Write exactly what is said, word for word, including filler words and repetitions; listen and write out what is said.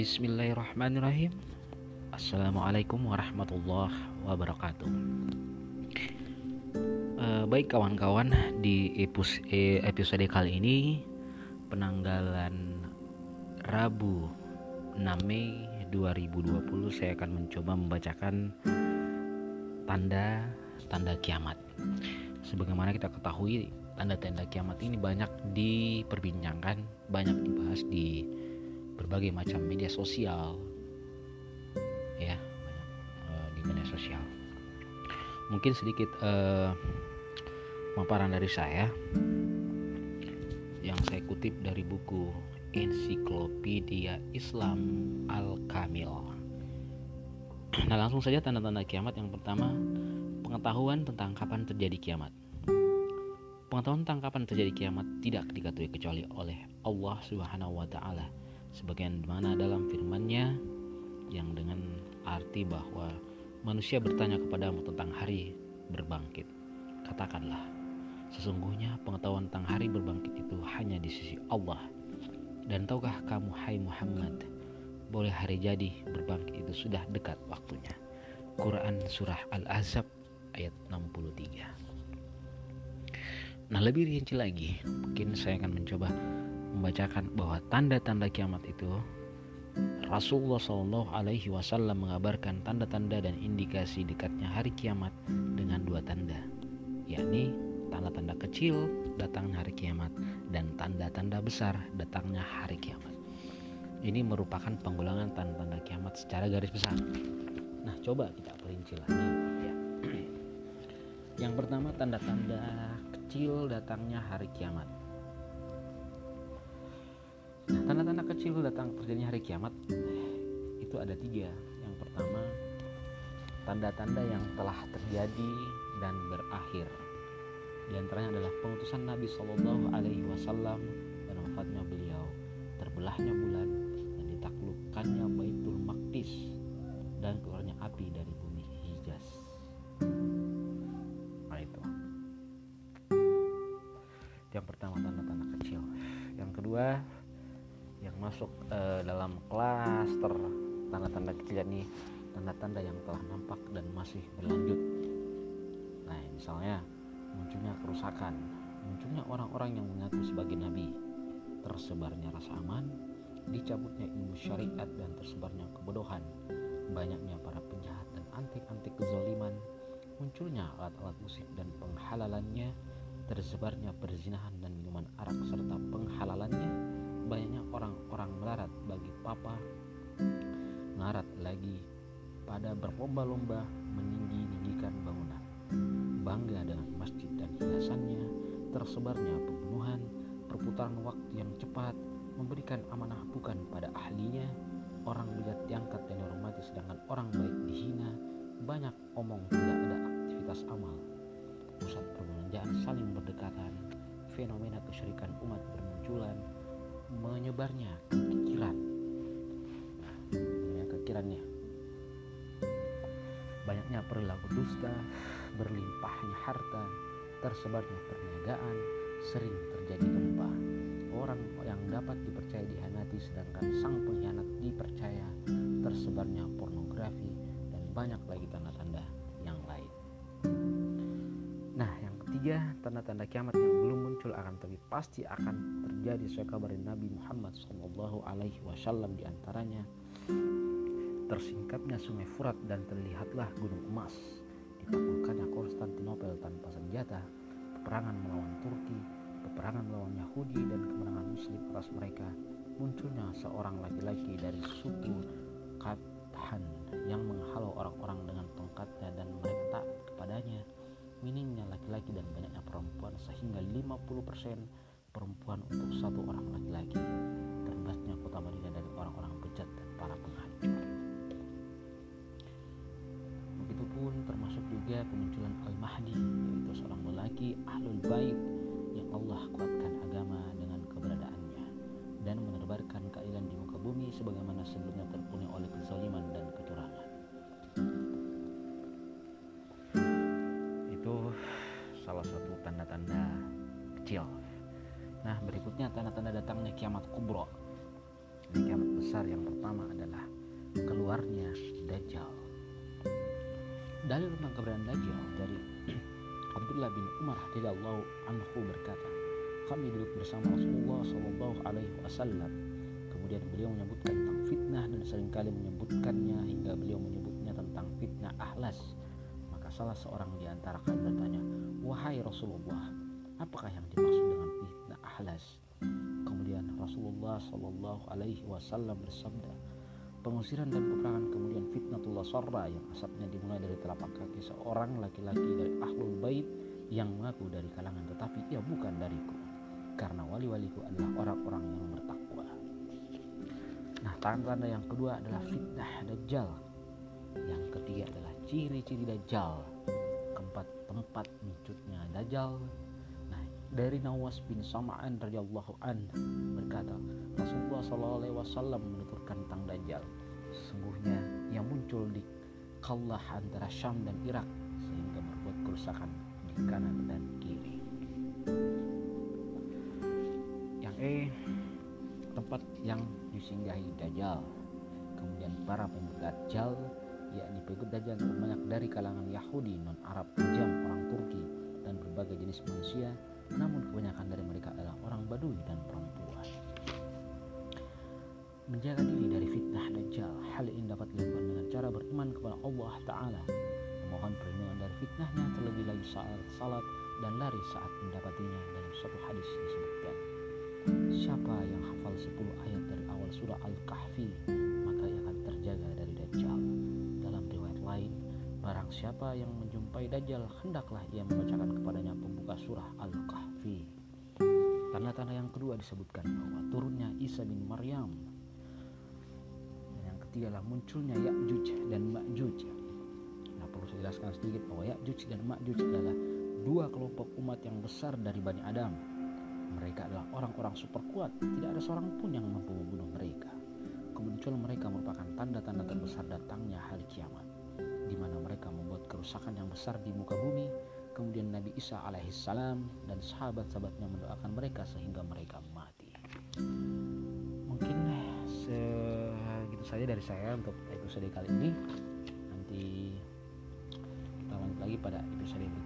Bismillahirrahmanirrahim. Assalamualaikum warahmatullahi wabarakatuh. Eh, baik kawan-kawan, di episode kali ini penanggalan Rabu enam Mei dua ribu dua puluh saya akan mencoba membacakan tanda-tanda kiamat. Sebagaimana kita ketahui, tanda-tanda kiamat ini banyak diperbincangkan, banyak dibahas di berbagai macam media sosial, ya, banyak uh, di media sosial. Mungkin sedikit uh, paparan dari saya yang saya kutip dari buku Ensiklopedia Islam Al-Kamil. Nah, langsung saja tanda-tanda kiamat. Yang pertama, pengetahuan tentang kapan terjadi kiamat. Pengetahuan tentang kapan terjadi kiamat tidak diketahui kecuali oleh Allah Subhanahu wa taala, sebagaimana dalam firman-Nya yang dengan arti bahwa manusia bertanya kepadamu tentang hari berbangkit. Katakanlah, sesungguhnya pengetahuan tentang hari berbangkit itu hanya di sisi Allah. Dan tahukah kamu, hai Muhammad, boleh hari jadi berbangkit itu sudah dekat waktunya. Quran Surah Al-Ahzab ayat enam puluh tiga. Nah, lebih rinci lagi, mungkin saya akan mencoba membacakan bahwa tanda-tanda kiamat itu, Rasulullah shallallahu alaihi wasallam mengabarkan tanda-tanda dan indikasi dekatnya hari kiamat dengan dua tanda, yakni tanda-tanda kecil datangnya hari kiamat dan tanda-tanda besar datangnya hari kiamat. Ini merupakan penggulangan tanda-tanda kiamat secara garis besar. Nah, coba kita perinci lagi, ya. Yang pertama, tanda-tanda kecil datangnya hari kiamat. Nah, tanda-tanda kecil datang terjadinya hari kiamat itu ada tiga. Yang pertama, tanda-tanda yang telah terjadi dan berakhir. Di antaranya adalah pengutusan Nabi Shallallahu Alaihi Wasallam dan wafatnya beliau, terbelahnya bulan dan ditaklukkannya Baitul Maqdis dan keluarnya api dari bumi Hijaz. Nah, itu yang pertama, tanda-tanda kecil. Yang kedua, yang masuk uh, dalam klaster tanda-tanda kecil, yakni tanda-tanda yang telah nampak dan masih berlanjut. Nah, misalnya munculnya kerusakan, munculnya orang-orang yang mengaku sebagai nabi, tersebarnya rasa aman, dicabutnya ilmu syariat dan tersebarnya kebodohan, banyaknya para penjahat dan antek-antek kezaliman, munculnya alat-alat musik dan penghalalannya, tersebarnya perzinahan dan minuman arak serta penghalalannya, banyaknya orang-orang melarat bagi papa, ngarat lagi pada berlomba-lomba meninggi-ninggikan bangunan, bangga dengan masjid dan hiasannya, tersebarnya pembunuhan, perputaran waktu yang cepat, memberikan amanah bukan pada ahlinya, orang bejat diangkat dan dihormati sedangkan orang baik dihina, banyak omong tidak ada aktivitas amal, pusat perbelanjaan saling berdekatan, fenomena kesyirikan umat bermunculan, menyebarnya kekiran, nah, kekirannya, banyaknya perilaku dusta, berlimpahnya harta, tersebarnya perniagaan, sering terjadi gempa, orang yang dapat dipercaya dihianati sedangkan sang pengkhianat dipercaya, tersebarnya pornografi, dan banyak lagi tanda-tanda yang lain. Nah, yang ketiga, tanda-tanda kiamat yang belum muncul akan tapi pasti akan terjadi sesuai kabar Nabi Muhammad shallallahu alaihi wasallam. Di antaranya, tersingkapnya sungai Furat dan terlihatlah gunung emas, ditaklukkannya Konstantinopel tanpa senjata, peperangan melawan Turki, peperangan melawan Yahudi dan kemenangan Muslim atas mereka, munculnya seorang laki-laki dari suku Qathan yang menghalau orang-orang dengan tongkatnya dan mereka taat kepadanya, minimnya laki-laki dan banyaknya perempuan sehingga lima puluh persen perempuan untuk satu orang laki-laki, terbebasnya kota Madinah dari orang-orang bejat dan para penghancur. Begitupun termasuk juga kemunculan Al-Mahdi, yaitu seorang lelaki Ahlul Bait yang Allah kuatkan agama dengan keberadaannya dan menebarkan keadilan di muka bumi sebagaimana sebelumnya terpenuhi oleh kezaliman dan kecurangan. Itu salah satu tanda-tanda kecil. Nah, berikutnya tanda-tanda datangnya kiamat kubra. di kiamat besar yang pertama adalah keluarnya Dajjal. Dalil tentang keberadaan Dajjal dari Abdullah bin Umar radhiyallahu anhu berkata, kami duduk bersama Rasulullah shallallahu alaihi wasallam. Kemudian beliau menyebutkan tentang fitnah dan seringkali menyebutkannya hingga beliau menyebutnya tentang fitnah ahlas. Maka salah seorang di antara kami bertanya, wahai Rasulullah, apakah yang dimaksud dengan fitnah ahlas? Kemudian Rasulullah shallallahu alaihi wasallam bersabda, pengusiran dan peperangan, kemudian fitnatullah sarra yang asapnya dimulai dari telapak kaki seorang laki-laki dari ahlul bait yang mengaku dari kalangan tetapi ia bukan dariku, karena wali-waliku adalah orang-orang yang bertakwa. Nah, tanda-tanda yang kedua adalah fitnah Dajjal. Yang ketiga adalah ciri-ciri Dajjal. Keempat, tempat mencutnya Dajjal. Nah, dari Nawas bin Sam'an radhiyallahu an berkata, Rasulullah shallallahu alaihi wasallam menuturkan tentang Dajjal, sesungguhnya yang muncul di Qallah antara Syam dan Irak sehingga berbuat kerusakan di kanan dan kiri. Yang E, tempat yang disinggahi Dajjal. Kemudian para pengikut Dajjal, yakni pengikut Dajjal terbanyak dari kalangan Yahudi, non-Arab, Ajam, orang Turki, dan berbagai jenis manusia, namun kebanyakan dari mereka adalah orang Baduy dan perempuan. Menjaga diri dari fitnah Dajjal, hal ini dapat dilakukan dengan cara beriman kepada Allah Ta'ala, memohon perlindungan dari fitnahnya, terlebih lagi saat salat dan lari saat mendapatinya. Dalam suatu hadis disebutkan, siapa yang hafal sepuluh ayat dari awal surah Al-Kahfi, maka ia akan terjaga dari Dajjal. Dalam riwayat lain, barang siapa yang menjumpai Dajjal, hendaklah ia membacakan kepadanya pembuka surah Al-Kahfi. Tanda-tanda yang kedua disebutkan bahwa turunnya Isa bin Maryam. Yang ketiga adalah munculnya Ya'juj dan Ma'juj. Nah, perlu saya jelaskan sedikit bahwa Ya'juj dan Ma'juj adalah dua kelompok umat yang besar dari Bani Adam. Mereka adalah orang-orang super kuat, tidak ada seorang pun yang mampu membunuh mereka. Kemunculan mereka merupakan tanda-tanda terbesar datangnya hari kiamat, di mana mereka membuat kerusakan yang besar di muka bumi. Kemudian Nabi Isa alaihissalam dan sahabat-sahabatnya mendoakan mereka sehingga mereka mati. Mungkin segitu saja dari saya untuk episode kali ini. Nanti kita lanjut lagi pada episode berikutnya.